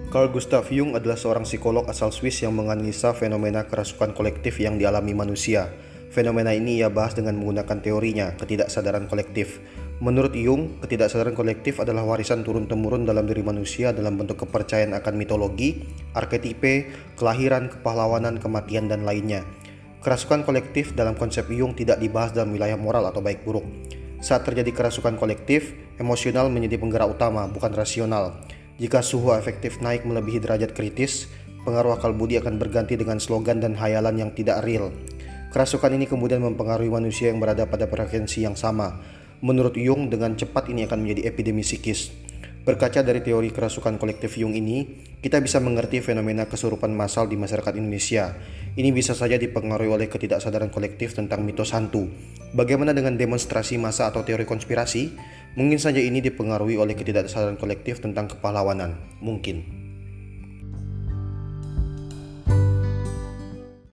Carl Gustav Jung adalah seorang psikolog asal Swiss yang menganalisa fenomena kerasukan kolektif yang dialami manusia. Fenomena ini ia bahas dengan menggunakan teorinya, ketidaksadaran kolektif. Menurut Jung, ketidaksadaran kolektif adalah warisan turun-temurun dalam diri manusia dalam bentuk kepercayaan akan mitologi, arketipe, kelahiran, kepahlawanan, kematian, dan lainnya. Kerasukan kolektif dalam konsep Jung tidak dibahas dalam wilayah moral atau baik buruk. Saat terjadi kerasukan kolektif, emosional menjadi penggerak utama, bukan rasional. Jika suhu afektif naik melebihi derajat kritis, pengaruh akal budi akan berganti dengan slogan dan hayalan yang tidak real. Kerasukan ini kemudian mempengaruhi manusia yang berada pada frekuensi yang sama. Menurut Jung, dengan cepat ini akan menjadi epidemi psikis. Berkaca dari teori kerasukan kolektif Jung ini, kita bisa mengerti fenomena kesurupan massal di masyarakat Indonesia. Ini bisa saja dipengaruhi oleh ketidaksadaran kolektif tentang mitos hantu. Bagaimana dengan demonstrasi massa atau teori konspirasi? Mungkin saja ini dipengaruhi oleh ketidaksadaran kolektif tentang kepahlawanan. Mungkin.